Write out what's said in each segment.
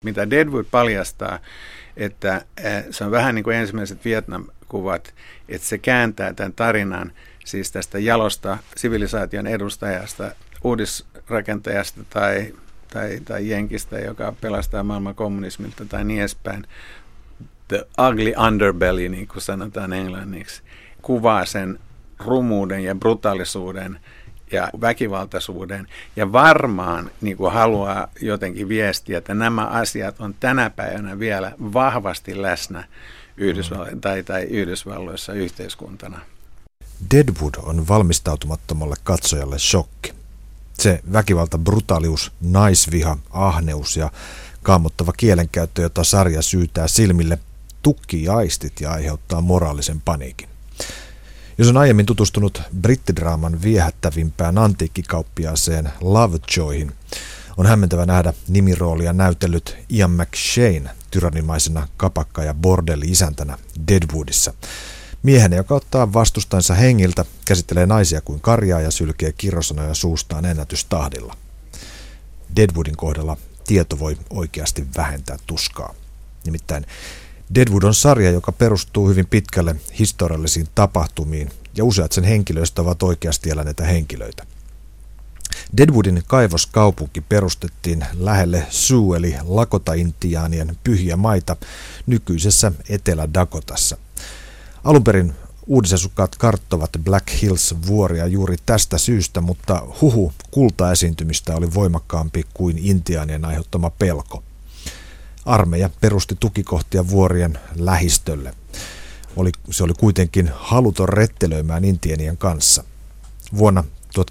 Mitä Deadwood paljastaa, että se on vähän niin kuin ensimmäiset Vietnam-kuvat, että se kääntää tämän tarinan siis tästä jalosta sivilisaation edustajasta, uudisrakentajasta tai jenkistä, joka pelastaa maailman kommunismilta tai niin edespäin. The ugly underbelly, niin kuin sanotaan englanniksi, kuvaa sen rumuuden ja brutaalisuuden ja väkivaltaisuuden, ja varmaan niin kuin haluaa jotenkin viestiä, että nämä asiat on tänä päivänä vielä vahvasti läsnä Yhdysvalloissa yhteiskuntana. Deadwood on valmistautumattomalle katsojalle shokki. Se väkivalta, brutaalius, naisviha, ahneus ja kammottava kielenkäyttö, jota sarja syytää silmille, tukkii aistit ja aiheuttaa moraalisen paniikin. Jos on aiemmin tutustunut brittidraaman viehättävimpään antiikkikauppiaaseen Lovejoyhin, on hämmentävä nähdä nimiroolia näytellyt Ian McShane tyrannimaisena kapakka- ja bordelli-isäntänä Deadwoodissa. Miehenä, joka ottaa vastustansa hengiltä, käsittelee naisia kuin karjaa ja sylkee kirosanoja suustaan ennätystahdilla. Deadwoodin kohdalla tieto voi oikeasti vähentää tuskaa. Nimittäin Deadwood on sarja, joka perustuu hyvin pitkälle historiallisiin tapahtumiin, ja useat sen henkilöistä ovat oikeasti eläneitä henkilöitä. Deadwoodin kaivoskaupunki perustettiin lähelle Sioux eli Lakota-intiaanien pyhiä maita nykyisessä Etelä-Dakotassa. Alun perin uudisasukkaat karttovat Black Hills-vuoria juuri tästä syystä, mutta huhu kultaesiintymistä oli voimakkaampi kuin intiaanien aiheuttama pelko. Armeija perusti tukikohtia vuorien lähistölle. Se oli kuitenkin haluton rettelöimään intiaanien kanssa. Vuonna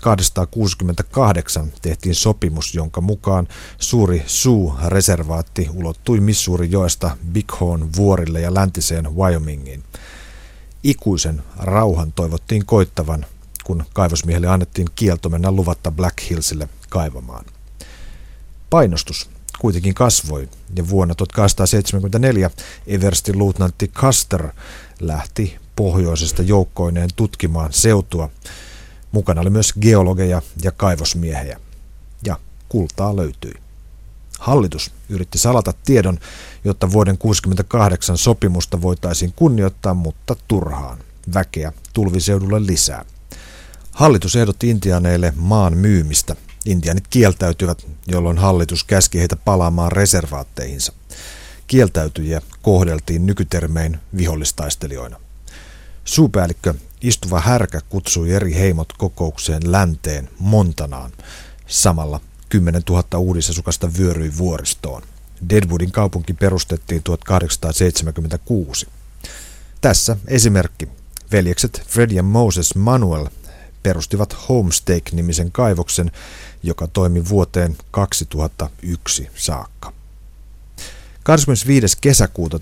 1868 tehtiin sopimus, jonka mukaan suuri Sioux-reservaatti ulottui Missouri-joesta Bighorn vuorille ja läntiseen Wyomingiin. Ikuisen rauhan toivottiin koittavan, kun kaivosmiehelle annettiin kielto mennä luvatta Black Hillsille kaivamaan. Painostus kuitenkin kasvoi, ja vuonna 1874 everstin luutnantti Custer lähti pohjoisesta joukkoineen tutkimaan seutua. Mukana oli myös geologeja ja kaivosmiehejä, ja kultaa löytyi. Hallitus yritti salata tiedon, jotta vuoden 1968 sopimusta voitaisiin kunnioittaa, mutta turhaan. Väkeä tulviseudulle lisää. Hallitus ehdotti intiaaneille maan myymistä. Intiaanit kieltäytyivät, jolloin hallitus käski heitä palaamaan reservaatteihinsa. Kieltäytyjiä kohdeltiin nykytermein vihollistaistelijoina. Suupäällikkö Istuva härkä kutsui eri heimot kokoukseen länteen Montanaan. Samalla 10 000 uudisasukasta vyöryi vuoristoon. Deadwoodin kaupunki perustettiin 1876. Tässä esimerkki. Veljekset Fred ja Moses Manuel perustivat Homestake-nimisen kaivoksen, joka toimi vuoteen 2001 saakka. 25. kesäkuuta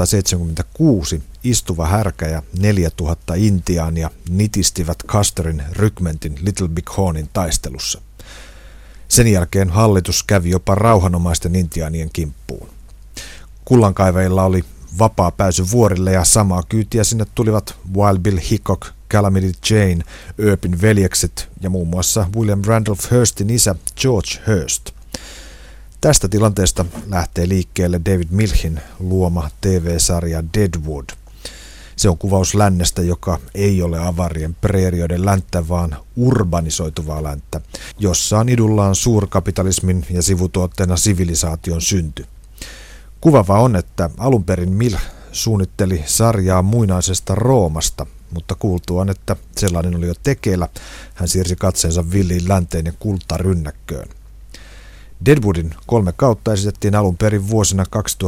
1876 Istuva härkä ja 4000 intiaania nitistivät Custerin rykmentin Little Bighornin taistelussa. Sen jälkeen hallitus kävi jopa rauhanomaisten intiaanien kimppuun. Kullankaivajilla oli vapaa pääsy vuorille ja samaa kyytiä sinne tulivat Wild Bill Hickok, Calamity Jane, Earpin veljekset ja muun muassa William Randolph Hearstin isä George Hearst. Tästä tilanteesta lähtee liikkeelle David Milchin luoma TV-sarja Deadwood. Se on kuvaus lännestä, joka ei ole avarien preerioiden länttä, vaan urbanisoituvaa länttä, jossa on idullaan suurkapitalismin ja sivutuotteena sivilisaation synty. Kuvaava on, että alun perin Milch suunnitteli sarjaa muinaisesta Roomasta, mutta kuultuaan, että sellainen oli jo tekeillä, hän siirsi katseensa villiin länteen ja kultarynnäkköön. Deadwoodin 3 kautta esitettiin alun perin vuosina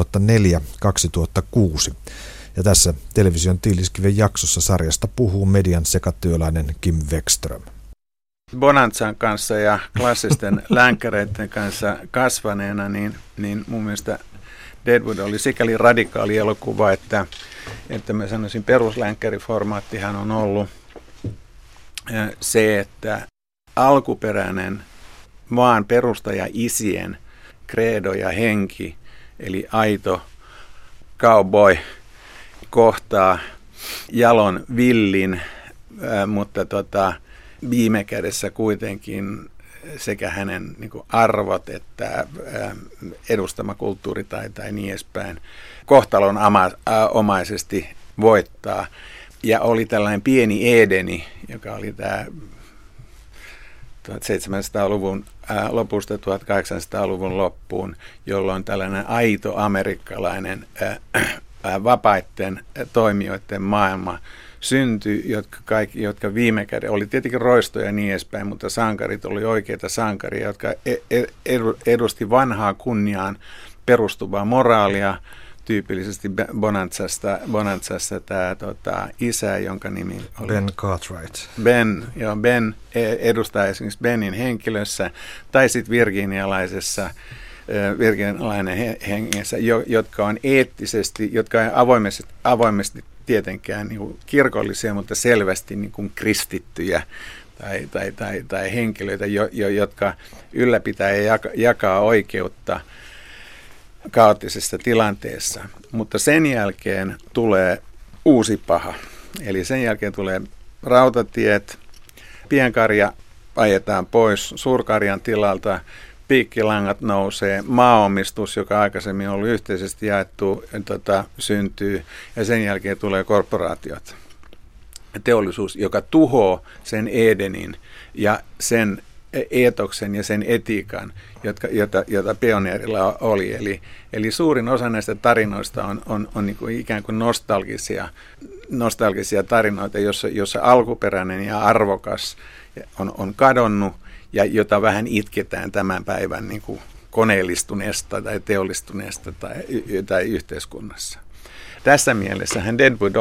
2004-2006, ja tässä television Tiiliskiven jaksossa sarjasta puhuu median sekatyöläinen Kim Wexström. Bonanzan kanssa ja klassisten länkäreiden kanssa kasvaneena, niin mun mielestä Deadwood oli sikäli radikaali elokuva, että mä sanoisin peruslänkkäriformaattihan on ollut se, että alkuperäinen maan perustaja-isien credo ja henki, eli aito cowboy, kohtaa jalon villin, mutta viime kädessä kuitenkin sekä hänen niin kuin arvot että edustama kulttuuri tai niin edespäin kohtalon omaisesti voittaa. Ja oli tällainen pieni Edeni, joka oli tämä 1700-luvun lopusta 1800-luvun loppuun, jolloin tällainen aito amerikkalainen vapaiden toimijoiden maailma syntyi, jotka viime kädessä oli tietenkin roistoja ja niin edespäin, mutta sankarit oli oikeita sankaria, jotka edusti vanhaa kunniaan perustuvaa moraalia. Tyypillisesti Bonanzassa tämä isä, jonka nimi oli Ben Cartwright. Ben edustaa esimerkiksi Benin henkilössä, tai sitten virginialainen hengessä, jotka on eettisesti, jotka on avoimesti tietenkään niin kuin kirkollisia, mutta selvästi niin kuin kristittyjä tai henkilöitä, jotka ylläpitää ja jakaa oikeutta kaoottisessa tilanteessa. Mutta sen jälkeen tulee uusi paha. Eli sen jälkeen tulee rautatiet, pienkarja ajetaan pois suurkarjan tilalta, piikkilangat nousee, maaomistus, joka aikaisemmin on ollut yhteisesti jaettu, syntyy, ja sen jälkeen tulee korporaatiot. Teollisuus, joka tuhoaa sen Edenin ja sen eetoksen ja sen etiikan, jota pioneerilla oli. Eli suurin osa näistä tarinoista on niin kuin ikään kuin nostalgisia tarinoita, jossa alkuperäinen ja arvokas on kadonnut ja jota vähän itketään tämän päivän niin kuin koneellistuneesta tai teollistuneesta tai yhteiskunnassa. Tässä mielessähän Deadwood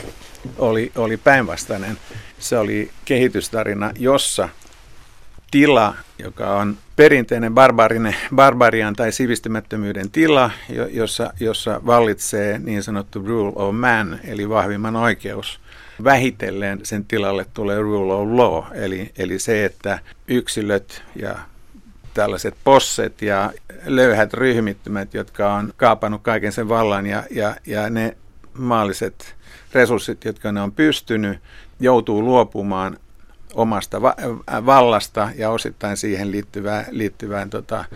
oli päinvastainen. Se oli kehitystarina, jossa tila, joka on perinteinen barbarian tai sivistymättömyyden tila, jossa vallitsee niin sanottu rule of man, eli vahvimman oikeus. Vähitellen sen tilalle tulee rule of law, eli se, että yksilöt ja tällaiset posset ja löyhät ryhmittymät, jotka on kaapannut kaiken sen vallan ja ne maalliset resurssit, jotka ne on pystynyt, joutuu luopumaan omasta vallasta ja osittain siihen liittyvään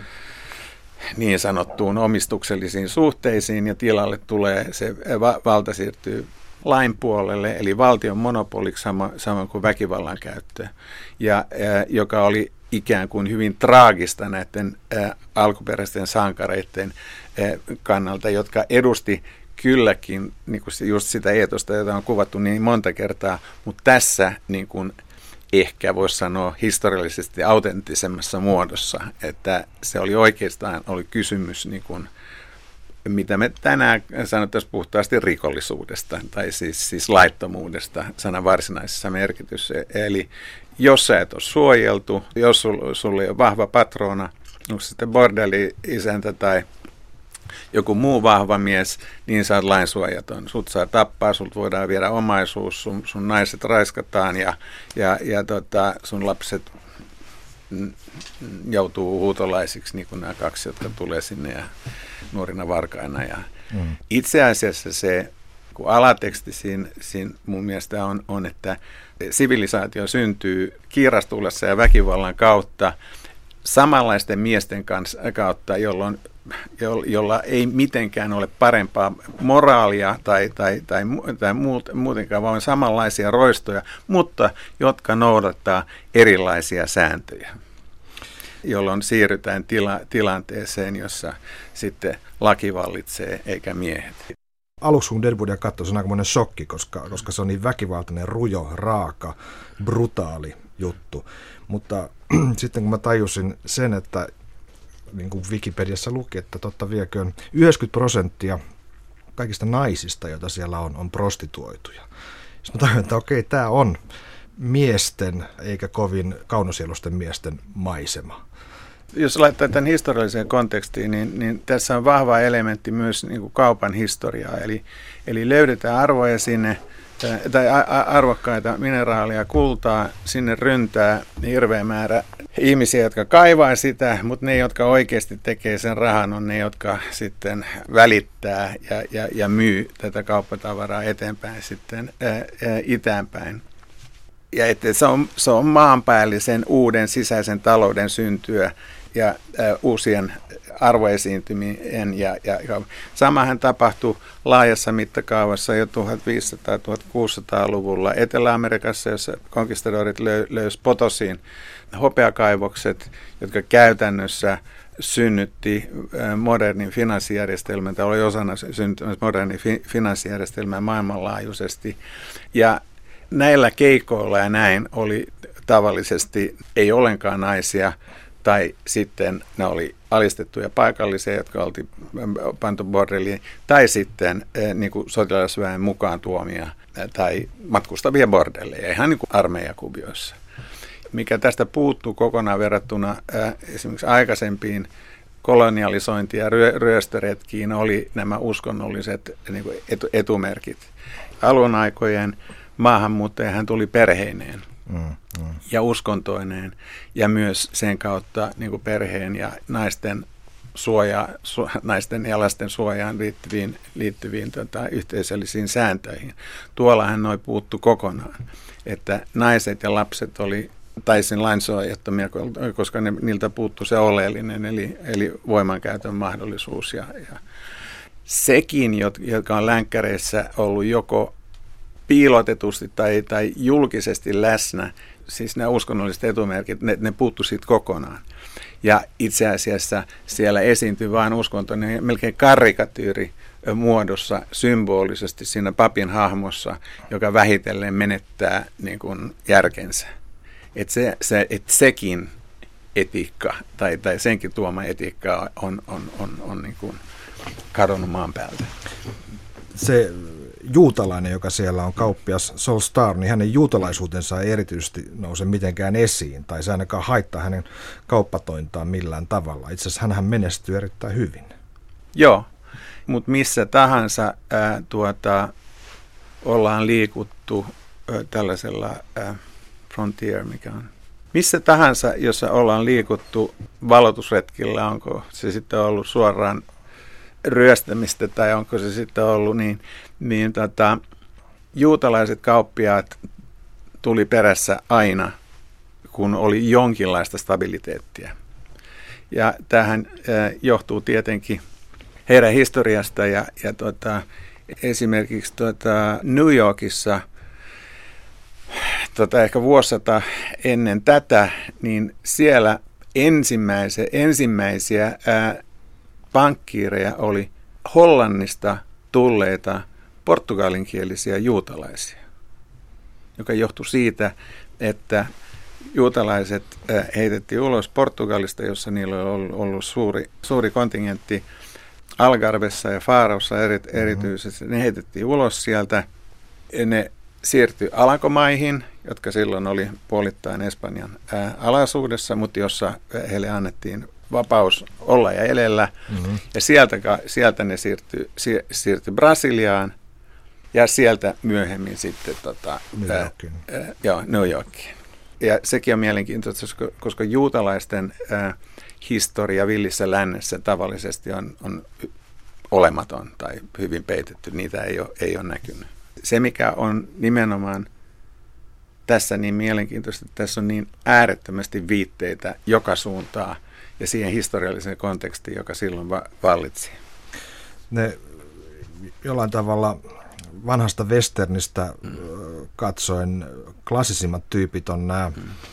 niin sanottuun omistuksellisiin suhteisiin, ja tilalle tulee se valta siirtyy lain puolelle, eli valtion monopoliksi samoin kuin väkivallan käyttö, ja joka oli ikään kuin hyvin traagista näiden alkuperäisten sankareiden kannalta, jotka edusti kylläkin niin kuin just sitä eetosta, jota on kuvattu niin monta kertaa, mutta tässä niin kuin ehkä voisi sanoa historiallisesti autenttisemmassa muodossa, että se oli oikeastaan kysymys, niin kuin, mitä me tänään sanottaisiin puhtaasti rikollisuudesta, tai siis laittomuudesta sanan varsinaisessa merkityksessä. Eli jos sä et ole suojeltu, jos sulla ei ole vahva patroona, onko se sitten bordelli-isäntä tai joku muu vahva mies, niin sä oot lainsuojaton. Sut saa tappaa, sulta voidaan viedä omaisuus, sun naiset raiskataan ja sun lapset joutuu huutolaisiksi, niin kuin nämä kaksi, jotka tulee sinne ja nuorina varkaina. Ja itse asiassa se alateksti siinä mun mielestä on, että sivilisaatio syntyy kiirastuulessa ja väkivallan kautta samanlaisten miesten kautta, jolla ei mitenkään ole parempaa moraalia tai muutenkaan, vaan samanlaisia roistoja, mutta jotka noudattaa erilaisia sääntöjä, jolloin siirrytään tilanteeseen, jossa sitten laki vallitsee eikä miehet. Aluksi kun Deadwoodia katsoi, se on aikamoinen shokki, koska se on niin väkivaltainen, rujo, raaka, brutaali juttu. Mutta sitten kun mä tajusin sen, että niin kuin Wikipediassa luki, että totta vieköön 90% kaikista naisista, joita siellä on prostituoituja. Sitten mä tajusin, että okei, tämä on miesten eikä kovin kaunosielusten miesten maisema. Jos laittaa tämän historialliseen kontekstiin, niin tässä on vahva elementti myös niin kuin kaupan historiaa. Eli löydetään arvoja sinne, tai arvokkaita mineraaleja, kultaa, sinne ryntää hirveä määrä ihmisiä, jotka kaivaa sitä, mutta ne, jotka oikeasti tekee sen rahan, on ne, jotka sitten välittää ja myy tätä kauppatavaraa eteenpäin sitten itäänpäin. ja että se on maanpäällisen uuden sisäisen talouden syntyä ja uusien arvoesiintymien. Ja samahan tapahtui laajassa mittakaavassa jo 1500-1600-luvulla Etelä-Amerikassa, jossa konkistadorit löysi Potosiin hopeakaivokset, jotka käytännössä synnytti modernin finanssijärjestelmän, tai oli osana synnyttämässä modernin finanssijärjestelmää maailmanlaajuisesti. Ja näillä keikoilla ja näin oli tavallisesti ei ollenkaan naisia, tai sitten ne oli alistettuja paikallisia, jotka oltiin pantu bordelliin, tai sitten niin kuin sotilasväen mukaan tuomia tai matkustavia bordelleja, ihan niin kuin armeijakuvioissa. Mikä tästä puuttuu kokonaan verrattuna esimerkiksi aikaisempiin kolonialisointi- ja ryöstöretkiin oli nämä uskonnolliset niin kuin etumerkit. Alun aikojen maahanmuuttajahan tuli perheineen ja uskontoineen ja myös sen kautta niin kuin perheen ja naisten ja lasten suojaan liittyviin yhteisöllisiin sääntöihin. Tuollahan noi puuttu kokonaan, että naiset ja lapset oli täysin lainsuojattomia, koska niiltä puuttui se oleellinen, eli voimankäytön mahdollisuus. Ja sekin, jotka on länkkäreissä ollut joko piilotetusti tai julkisesti läsnä, siis nämä uskonnolliset etumerkit, ne puuttu siitä kokonaan. Ja itse asiassa siellä esiintyi vain uskonto, niin melkein karikatyyri muodossa symbolisesti siinä papin hahmossa, joka vähitellen menettää niin kuin järkensä. Että sekin etiikka tai senkin tuoma etiikka on niin kuin kadonnut maan päältä. Se juutalainen, joka siellä on kauppias Sol Star, niin hänen juutalaisuutensa ei erityisesti nouse mitenkään esiin, tai se ainakaan haittaa hänen kauppatointaan millään tavalla. Itse asiassa hänhän menestyy erittäin hyvin. Joo, mutta missä tahansa ollaan liikuttu tällaisella frontier, mikä on. Missä tahansa, jossa ollaan liikuttu valotusretkillä, onko se sitten ollut suoraan ryöstämistä tai onko se sitten ollut, niin juutalaiset kauppiaat tuli perässä aina, kun oli jonkinlaista stabiliteettia. Ja tämähän johtuu tietenkin heidän historiasta ja esimerkiksi New Yorkissa ehkä vuosisata ennen tätä, niin siellä ensimmäisiä pankkiireja oli Hollannista tulleita portugalinkielisiä juutalaisia, joka johtui siitä, että juutalaiset heitettiin ulos Portugalista, jossa niillä oli ollut suuri kontingentti Algarvessa ja Faarossa erityisesti. Ne heitettiin ulos sieltä. Ne siirtyi Alankomaihin, jotka silloin oli puolittain Espanjan alaisuudessa, mutta jossa heille annettiin vapaus olla ja elellä. Mm-hmm. Ja sieltä ne siirtyi Brasiliaan ja sieltä myöhemmin sitten New Yorkiin. Ja sekin on mielenkiintoista, koska juutalaisten historia villissä lännessä tavallisesti on olematon tai hyvin peitetty. Niitä ei ole näkynyt. Se, mikä on nimenomaan tässä niin mielenkiintoista, että tässä on niin äärettömästi viitteitä joka suuntaan ja siihen historialliseen kontekstiin, joka silloin vallitsi. Ne jollain tavalla vanhasta westernistä katsoen klassisimmat tyypit on nämä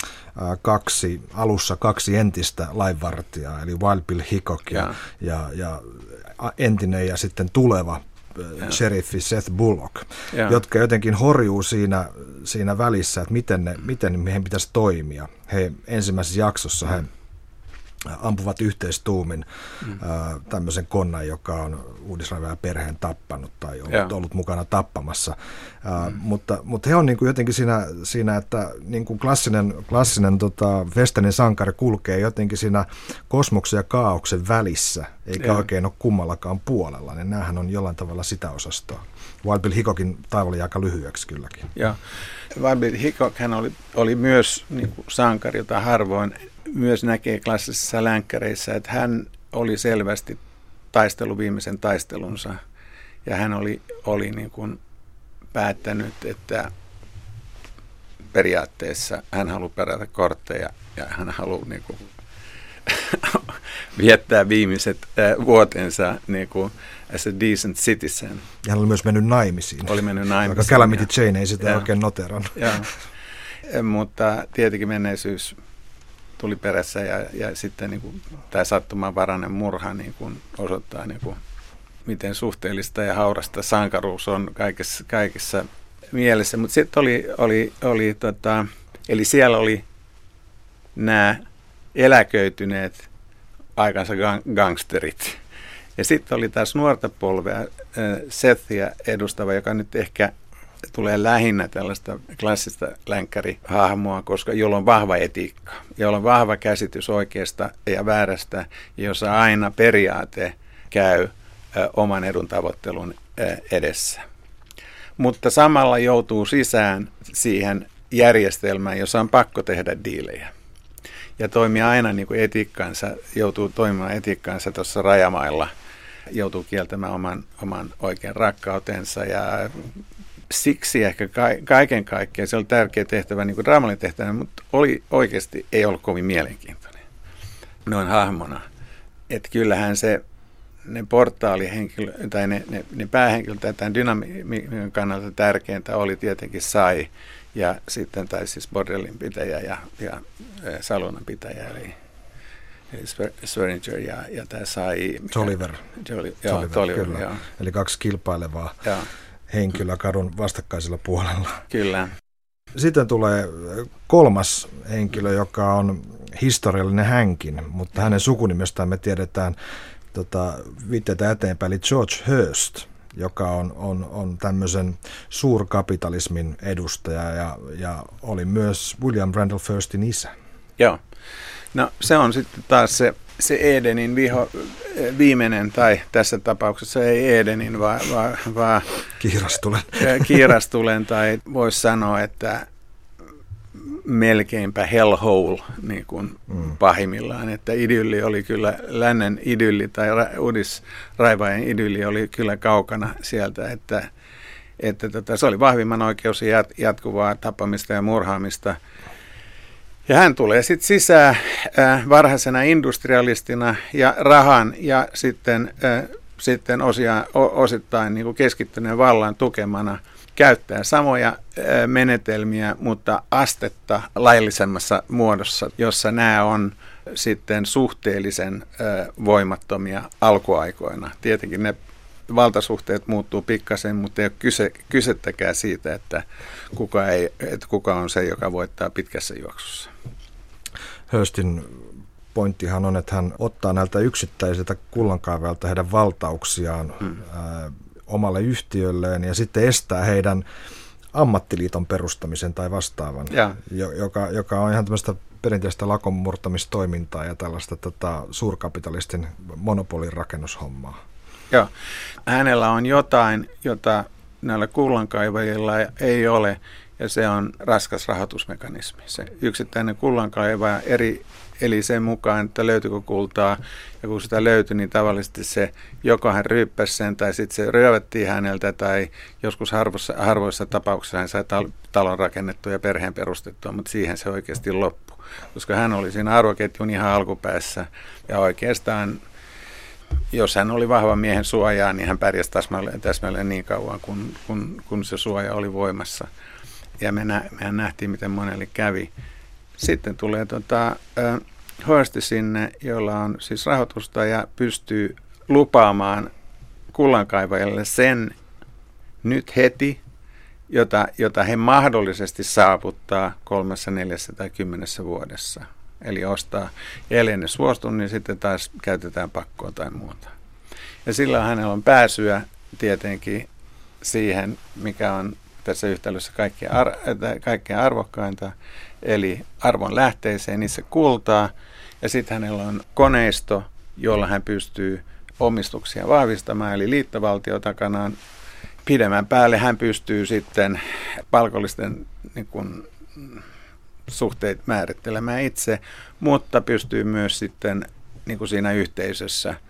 kaksi entistä lainvartijaa, eli Wild Bill Hickok ja entinen ja sitten tuleva sheriffi Seth Bullock, jotka jotenkin horjuu siinä välissä, että miten heidän pitäisi toimia. He ensimmäisessä jaksossa he ampuvat yhteistuumin tämmöisen konnan, joka on Uudisraelin perheen tappanut tai ollut mukana tappamassa. Mutta he on niin kuin jotenkin siinä, että niin kuin klassinen westernin sankari kulkee jotenkin siinä kosmoksen ja kaaoksen välissä, eikä oikein ole kummallakaan puolella. Niin näähän on jollain tavalla sitä osastoa. Wild Bill Hickokin taivali aika lyhyeksi kylläkin. Joo. Wild Bill Hickok hän oli myös niin kuin sankari, jota harvoin myös näkee klassisissa länkkäreissä, että hän oli selvästi taistellut viimeisen taistelunsa ja hän oli niin kuin päättänyt, että periaatteessa hän haluaa perätä kortteja ja hän haluaa niin kuin, viettää viimeiset vuotensa niin kuin, as a decent citizen. Ja hän oli myös mennyt naimisiin. Oli mennyt naimisiin. Vaikka Calamity Jane ei sitä oikein noterannut. Mutta tietenkin menneisyys tuli perässä ja sitten niin kuin, tämä sattumanvarainen murha niin kuin, osoittaa, niin kuin, miten suhteellista ja haurasta sankaruus on kaikissa mielessä. Mutta sitten eli siellä oli nämä eläköityneet aikansa gangsterit. Ja sitten oli taas nuorta polvea, Sethia edustava, joka nyt ehkä tulee lähinnä tällaista klassista länkkärihahmoa, koska jolla on vahva etiikka, jolla on vahva käsitys oikeasta ja väärästä, jossa aina periaate käy oman edun tavoittelun edessä. Mutta samalla joutuu sisään siihen järjestelmään, jossa on pakko tehdä diilejä. Ja toimii aina niin kuin etiikkansa, joutuu toimimaan etiikkansa tuossa rajamailla, joutuu kieltämään oman oikean rakkautensa ja siksi ehkä kaiken kaikkiaan se oli tärkeä tehtävä, niin kuin draamallinen tehtävä, mutta oikeasti ei ollut kovin mielenkiintoinen noin hahmona. Että kyllähän ne portaalihenkilö, tai ne päähenkilöt, tai tämän dynamiikan kannalta tärkeintä oli tietenkin Sai, ja sitten tai siis bordellin pitäjä ja salunan pitäjä, eli Swearinger ja tämä Sai. Tolliver. Tolliver, kyllä. Joo. Eli kaksi kilpailevaa Joo. henkilöä kadun vastakkaisella puolella. Kyllä. Sitten tulee kolmas henkilö, joka on historiallinen hänkin, mutta hänen sukunimestään me tiedetään viitteitä eteenpäin, eli George Hearst, joka on tämmöisen suurkapitalismin edustaja ja oli myös William Randolph Hearstin isä. Joo. No se on sitten taas se Edenin viimeinen, tai tässä tapauksessa ei Edenin, vaan Kiirastulen, tai voisi sanoa, että melkeinpä hellhole niin kuin pahimmillaan, että idylli oli kyllä, lännen idylli tai uudisraivaajien idylli oli kyllä kaukana sieltä, että se oli vahvimman oikeus ja jatkuvaa tappamista ja murhaamista. Ja hän tulee sitten sisään varhaisena industrialistina ja rahan ja sitten osittain niin kuin keskittyneen vallan tukemana käyttää samoja menetelmiä, mutta astetta laillisemmassa muodossa, jossa nämä on sitten suhteellisen voimattomia alkuaikoina. Tietenkin ne valtasuhteet muuttuu pikkasen, mutta ei ole kysettäkään siitä, että kuka on se, joka voittaa pitkässä juoksussa. Hearstin pointtihan on, että hän ottaa näiltä yksittäisiltä kullankaivajalta heidän valtauksiaan omalle yhtiölleen ja sitten estää heidän ammattiliiton perustamisen tai vastaavan, joka on ihan tämmöistä perinteistä lakonmurtamistoimintaa ja tällaista suurkapitalistin monopolin rakennushommaa. Joo. Hänellä on jotain, jota näillä kullankaivajilla ei ole, ja se on raskas rahoitusmekanismi. Se yksittäinen kullankaivaja eli sen mukaan, että löytyykö kultaa, ja kun sitä löytyi, niin tavallisesti se joko hän ryyppäsi sen, tai sitten se ryövättiin häneltä, tai joskus harvoissa tapauksissa hän sai talon rakennettua ja perheen perustettua, mutta siihen se oikeasti loppui, koska hän oli siinä arvoketjun ihan alkupäässä, ja oikeastaan jos hän oli vahvan miehen suojaa, niin hän pärjäsi täsmälleen niin kauan, kun se suoja oli voimassa. Ja mehän nähtiin, miten monelle kävi. Sitten tulee Hearst sinne, jolla on siis rahoitusta ja pystyy lupaamaan kullankaivajille sen nyt heti, jota he mahdollisesti saavuttaa 3, 4 tai 10 vuodessa. Eli ostaa, ja ellei ne suostu, niin sitten taas käytetään pakkoa tai muuta. Ja silloin hänellä on pääsyä tietenkin siihen, mikä on tässä yhtälössä kaikkein arvokkainta, eli arvon lähteeseen, itse kultaa, ja sitten hänellä on koneisto, jolla hän pystyy omistuksia vahvistamaan, eli liittovaltio takanaan. Pidemmän päälle hän pystyy sitten palkollisten niin kuin, suhteet määrittelemään itse, mutta pystyy myös sitten niin kuin siinä yhteisössä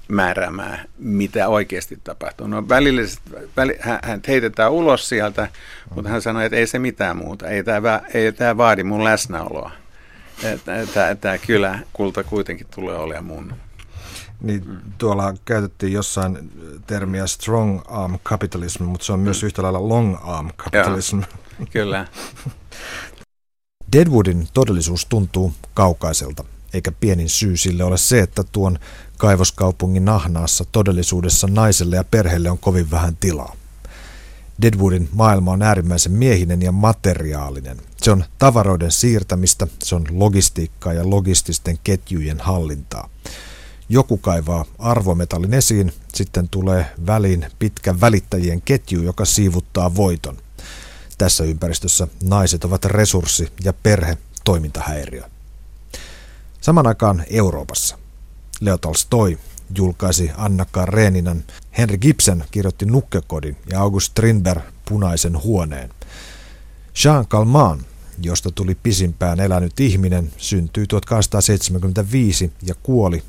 määräämään, mitä oikeasti tapahtuu. No hän heitetään ulos sieltä, mutta hän sanoi, että ei se mitään muuta, ei tämä vaadi mun läsnäoloa. Tämä kyläkulta kuitenkin tulee olemaan mun. Niin, tuolla käytettiin jossain termiä strong arm capitalism, mutta se on myös yhtä lailla long arm capitalism. Joo, kyllä. Deadwoodin todellisuus tuntuu kaukaiselta, eikä pienin syy sille ole se, että tuon kaivoskaupungin ahnaassa todellisuudessa naiselle ja perheelle on kovin vähän tilaa. Deadwoodin maailma on äärimmäisen miehinen ja materiaalinen. Se on tavaroiden siirtämistä, se on logistiikkaa ja logististen ketjujen hallintaa. Joku kaivaa arvometallin esiin, sitten tulee väliin pitkä välittäjien ketju, joka siivuttaa voiton. Tässä ympäristössä naiset ovat resurssi ja perhe toimintahäiriö. Saman aikaan Euroopassa. Leo Tolstoi julkaisi Anna Kareninan, Henry Gibson kirjoitti Nukkekodin ja August Strindberg Punaisen huoneen. Jean Calment, josta tuli pisimpään elänyt ihminen, syntyi 1875 ja kuoli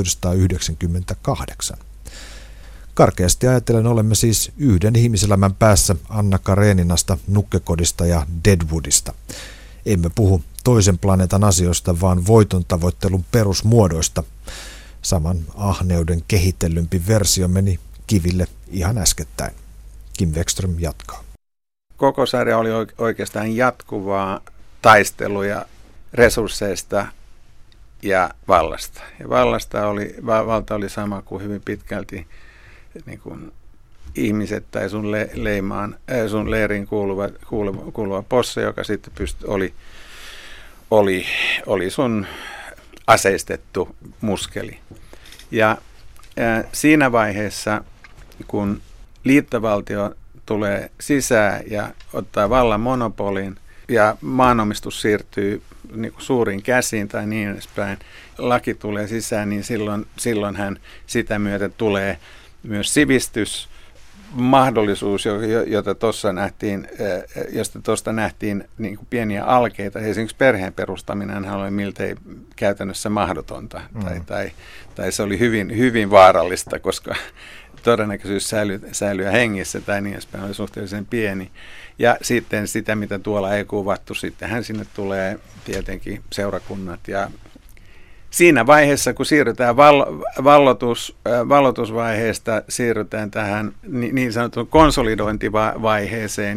1998. Karkeasti ajatellen olemme siis yhden ihmiselämän päässä Anna Kareninasta, Nukkekodista ja Deadwoodista. Emme puhu toisen planeetan asioista, vaan voiton tavoittelun perusmuodoista. Saman ahneuden kehitellympi versio meni kiville ihan äskettäin. Kim Wexström jatkaa. Koko sarja oli oikeastaan jatkuvaa taistelua resursseista ja vallasta. Ja valta oli sama kuin hyvin pitkälti niin kuin ihmiset tai sun leiriin kuuluva posse, joka sitten oli sun aseistettu muskeli. Ja siinä vaiheessa, kun liittovaltio tulee sisään ja ottaa vallan monopolin ja maanomistus siirtyy niin kuin suuriin käsiin tai niin edespäin, laki tulee sisään, niin silloinhan sitä myötä tulee myös sivistysmahdollisuus, josta tuosta nähtiin niin kuin pieniä alkeita. Esimerkiksi perheen perustaminen oli miltei käytännössä mahdotonta, tai se oli hyvin, hyvin vaarallista, koska todennäköisyys säilyä hengissä tai niin edespäin oli suhteellisen pieni. Ja sitten sitä, mitä tuolla ei kuvattu, sittenhän sinne tulee tietenkin seurakunnat. Ja siinä vaiheessa, kun siirrytään vallotusvaiheesta, siirrytään tähän niin sanotun konsolidointivaiheeseen,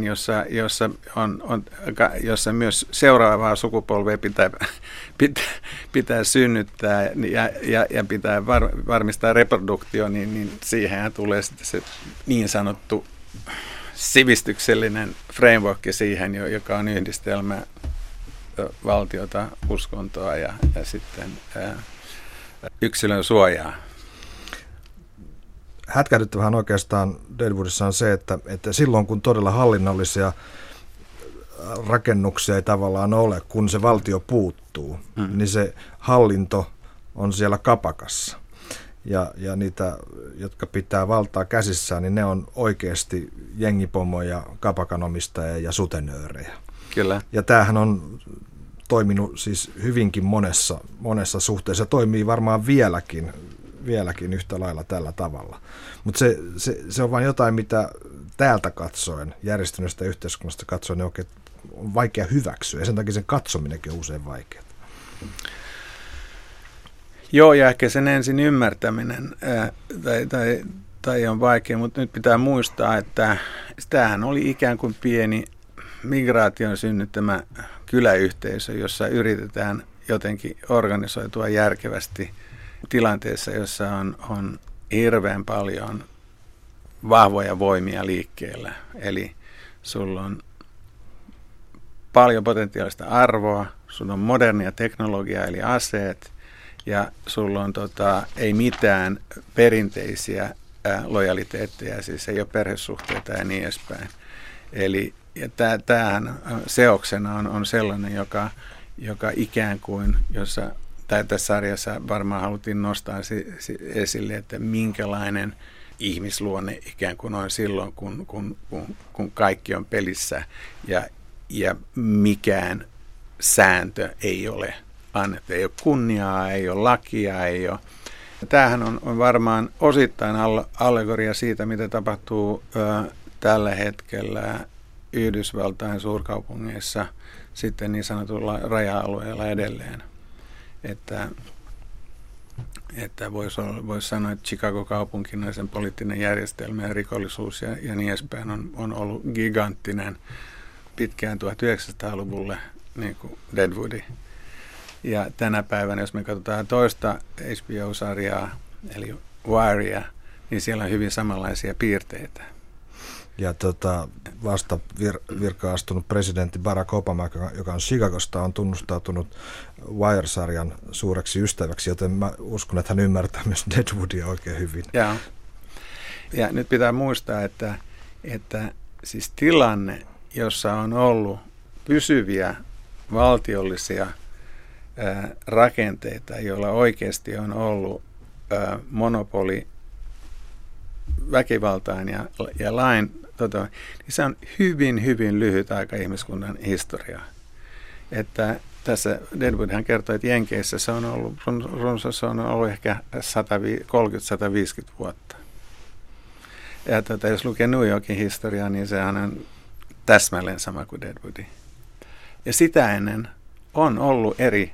jossa myös seuraavaa sukupolvea pitää synnyttää ja pitää varmistaa reproduktio, niin siihen tulee sitten se niin sanottu sivistyksellinen framework siihen, joka on yhdistelmä valtiota, uskontoa ja sitten yksilön suojaa. Hätkähdyttävähän oikeastaan Deadwoodissa on se, että silloin kun todella hallinnollisia rakennuksia ei tavallaan ole, kun se valtio puuttuu, niin se hallinto on siellä kapakassa. Ja niitä, jotka pitää valtaa käsissään, niin ne on oikeasti jengipomoja, kapakanomistajia ja sutenöörejä. Kyllä. Ja tämähän on toiminut siis hyvinkin monessa suhteessa. Toimii varmaan vieläkin yhtä lailla tällä tavalla. Mutta se on vain jotain, mitä täältä katsoen, järjestyneestä yhteiskunnasta katsoen, niin oikein on vaikea hyväksyä. Ja sen takia sen katsominenkin on usein vaikeaa. Joo, ja ehkä sen ensin ymmärtäminen tai on vaikea, mutta nyt pitää muistaa, että tämähän oli ikään kuin pieni migraation synnyttämä kyläyhteisö, jossa yritetään jotenkin organisoitua järkevästi tilanteessa, jossa on hirveän paljon vahvoja voimia liikkeellä. Eli sulla on paljon potentiaalista arvoa, sulla on modernia teknologiaa eli aseet, ja sulla on ei mitään perinteisiä lojaliteetteja, siis ei ole perhesuhteita ja niin edespäin. Eli tämähän seoksena on sellainen, joka ikään kuin, tässä sarjassa varmaan haluttiin nostaa esille, että minkälainen ihmisluonne ikään kuin on silloin, kun kaikki on pelissä ja mikään sääntö ei ole annettu. Ei ole kunniaa, ei ole lakia, ei ole Tämähän on varmaan osittain allegoria siitä, mitä tapahtuu tällä hetkellä Yhdysvaltain suurkaupungeissa sitten niin sanotulla raja-alueella edelleen. Että voisi sanoa, että Chicago-kaupunkina sen poliittinen järjestelmä ja rikollisuus ja niin edespäin on ollut giganttinen pitkään 1900-luvulle, niin kuin Deadwoodi. Ja tänä päivänä, jos me katsotaan toista HBO-sarjaa, eli Wirea, niin siellä on hyvin samanlaisia piirteitä. Ja vasta virkaan astunut presidentti Barack Obama, joka on Chicagosta, on tunnustautunut Wire-sarjan suureksi ystäväksi, joten mä uskon, että hän ymmärtää myös Deadwoodia oikein hyvin. Ja nyt pitää muistaa, että siis tilanne, jossa on ollut pysyviä valtiollisia rakenteita, joilla oikeasti on ollut monopoli väkivaltaan ja lain, niin se on hyvin, hyvin lyhyt aika ihmiskunnan historiaa. Että tässä Deadwoodhan kertoi, että Jenkeissä se on ollut, se on ollut ehkä 130-150 vuotta. Ja jos lukee New Yorkin historiaa, niin sehän on täsmälleen sama kuin Deadwoodi. Ja sitä ennen on ollut eri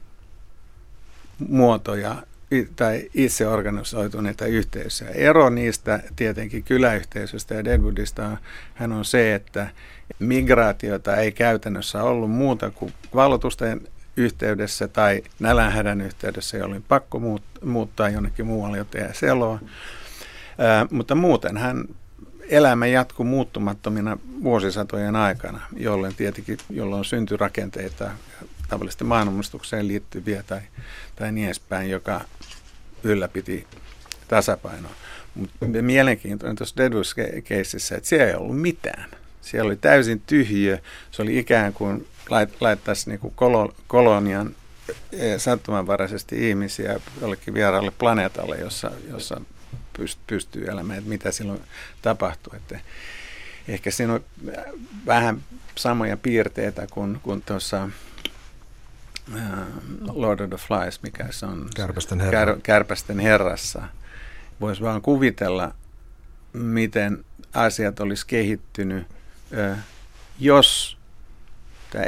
muotoja tai itse organisoituneita yhteisöjä. Ero niistä tietenkin kyläyhteisöstä ja Deadwoodista hän on se, että migraatiota ei käytännössä ollut muuta kuin valotusten yhteydessä tai nälänhädän yhteydessä, jolloin pakko muuttaa jonnekin muualle, jotta jää seloa. Mutta muuten hän elämä jatkuu muuttumattomina vuosisatojen aikana, jolloin syntyi rakenteita tavallisesti maailmanmuistukseen liittyviä tai niin edespäin, joka ylläpiti tasapainoa. Mutta mielenkiintoinen tuossa Deadwood-keississä, että siellä ei ollut mitään. Siellä oli täysin tyhjiö. Se oli ikään kuin laittaisi niinku kolonian sattumanvaraisesti ihmisiä jollekin vieraalle planeetalle, jossa pystyy elämään, että mitä silloin tapahtui. Että ehkä siinä on vähän samoja piirteitä kuin tuossa Lord of the Flies, mikä se on Kärpästen herrassa. Voisi vaan kuvitella, miten asiat olisi kehittynyt, jos tämä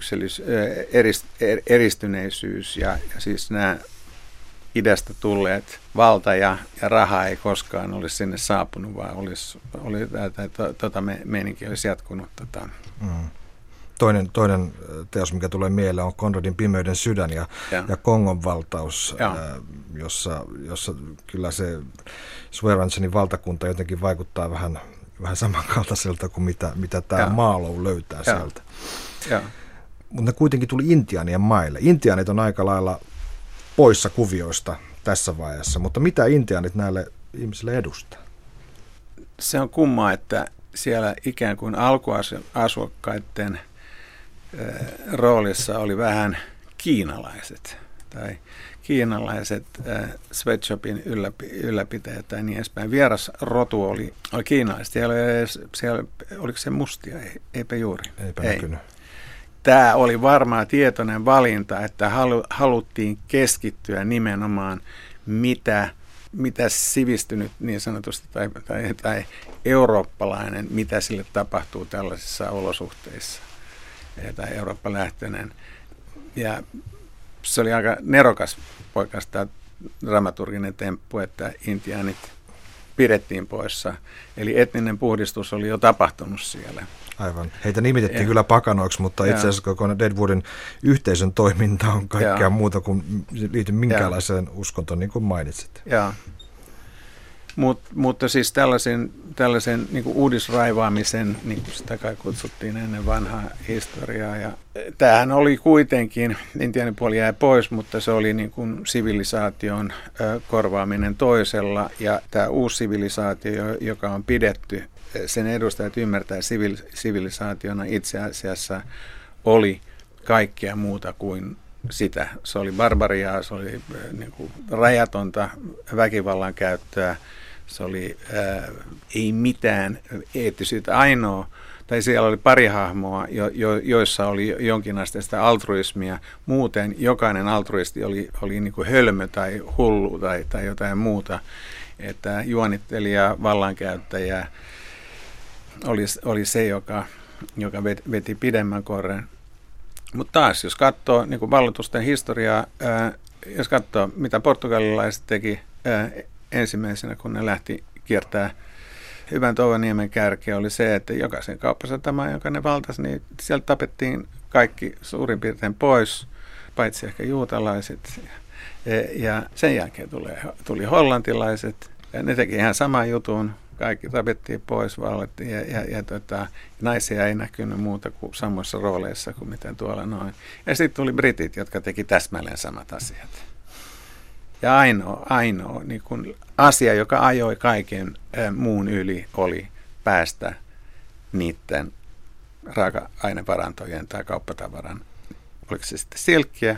eristyneisyys ja siis nämä idästä tulleet valta ja raha ei koskaan olisi sinne saapunut, vaan meininki olisi jatkunut. Toinen teos, mikä tulee mieleen, on Conradin Pimeyden sydän ja Kongon valtaus, jossa kyllä se Swearengenin valtakunta jotenkin vaikuttaa vähän samankaltaiselta kuin mitä tämä Marlowe löytää sieltä. Mutta ne kuitenkin tuli intiaanien maille. Intiaanit on aika lailla poissa kuvioista tässä vaiheessa, mutta mitä intiaanit näille ihmisille edustaa? Se on kummaa, että siellä ikään kuin alkuasukkaiden roolissa oli vähän kiinalaiset tai kiinalaiset sweatshopin ylläpitäjät tai niin edespäin. Vieras rotu oli kiinalaiset. Siellä oliko se mustia? Eipä juuri. Eipä näkynyt. Tämä oli varmaan tietoinen valinta, että haluttiin keskittyä nimenomaan mitä sivistynyt niin sanotusti tai eurooppalainen, mitä sille tapahtuu tällaisissa olosuhteissa. Tai Eurooppa-lähtöinen. Ja se oli aika nerokas oikeastaan dramaturginen temppu, että intiaanit pidettiin poissa. Eli etninen puhdistus oli jo tapahtunut siellä. Aivan. Heitä nimitettiin kyllä pakanoiksi, mutta itse asiassa koko Deadwoodin yhteisön toiminta on kaikkea muuta kuin liity minkäänlaiseen uskontoon, niin kuin mainitsit. Mutta siis tällaisen niin kuin uudisraivaamisen, niin kuin sitä kai kutsuttiin ennen vanhaa historiaa. Ja tämähän oli kuitenkin, intiaanipuoli jäi pois, mutta se oli niin kuin sivilisaation korvaaminen toisella. Ja tämä uusi sivilisaatio, joka on pidetty, sen edustajat ymmärtää sivilisaationa itse asiassa oli kaikkea muuta kuin sitä. Se oli barbariaa, se oli niin kuin rajatonta väkivallan käyttöä, se oli ei mitään eettisyyttä. Ainoa tai siellä oli pari hahmoa, joissa oli jonkinasteista altruismia. Muuten jokainen altruisti oli niin kuin hölmö tai hullu tai jotain muuta. Että juonittelija, vallankäyttäjä oli se, joka veti pidemmän korren. Mutta taas, jos katsoo niin kuin vallatusten historiaa, jos katsoo, mitä portugalilaiset teki ensimmäisenä, kun ne lähti kiertää Hyvän Touvoniemen kärkeä, oli se, että jokaisen kauppasatamaan, joka ne valtasi, niin sieltä tapettiin kaikki suurin piirtein pois, paitsi ehkä juutalaiset. Ja sen jälkeen tuli hollantilaiset, ja ne teki ihan saman jutun. Kaikki tapettiin pois, vallattiin ja naisia ei näkynyt muuta kuin samoissa rooleissa kuin miten tuolla noin. Ja sitten tuli britit, jotka teki täsmälleen samat asiat. Ja ainoa niin kun asia, joka ajoi kaiken muun yli, oli päästä niiden raaka-ainevarantojen tai kauppatavaran, oliko se sitten silkkiä,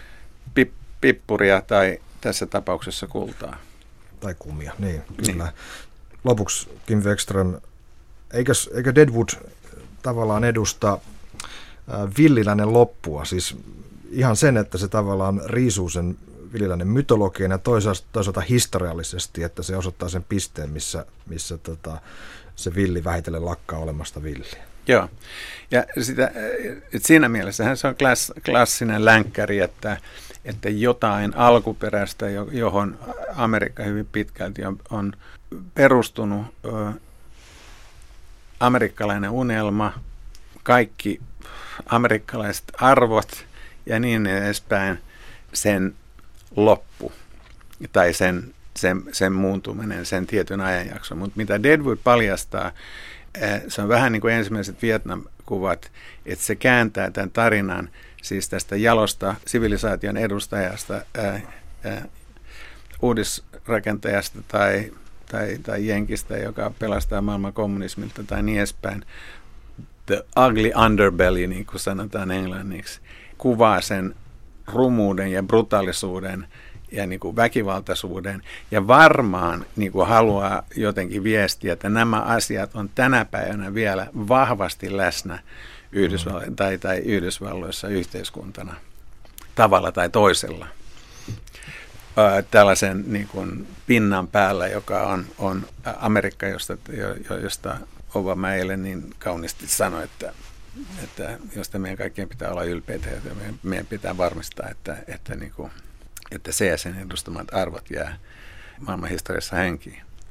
pippuria tai tässä tapauksessa kultaa. Tai kumia, niin kyllä. Niin. Lopuksi Kim Weckström, eikö Deadwood tavallaan edusta villiläinen loppua, siis ihan sen, että se tavallaan riisuu sen villiläinen mytologian ja toisaalta historiallisesti, että se osoittaa sen pisteen, missä se villi vähitellen lakkaa olemasta villiä. Joo, ja siinä mielessähän se on klassinen länkkäri, että jotain alkuperäistä, johon Amerikka hyvin pitkälti on perustunut, amerikkalainen unelma, kaikki amerikkalaiset arvot ja niin edespäin, sen loppu tai sen muuntuminen, sen tietyn ajanjakson. Mutta mitä Deadwood paljastaa, se on vähän niin kuin ensimmäiset Vietnam-kuvat, että se kääntää tämän tarinan siis tästä jalosta sivilisaation edustajasta, uudisrakentajasta tai jenkistä, joka pelastaa maailman kommunismilta tai niin edespäin. The ugly underbelly, niin kuin sanotaan englanniksi, kuvaa sen rumuuden ja brutaalisuuden ja niin kuin väkivaltaisuuden, ja varmaan niin kuin haluaa jotenkin viestiä, että nämä asiat on tänä päivänä vielä vahvasti läsnä Yhdysvalloissa yhteiskuntana tavalla tai toisella. Tällaisen niin kuin pinnan päällä, joka on Amerikka, josta Obama eilen niin kauniisti sanoi, että josta meidän kaikkien pitää olla ylpeitä, ja meidän pitää varmistaa, että se ja sen edustamat arvot jää maailmanhistoriassa henkiin.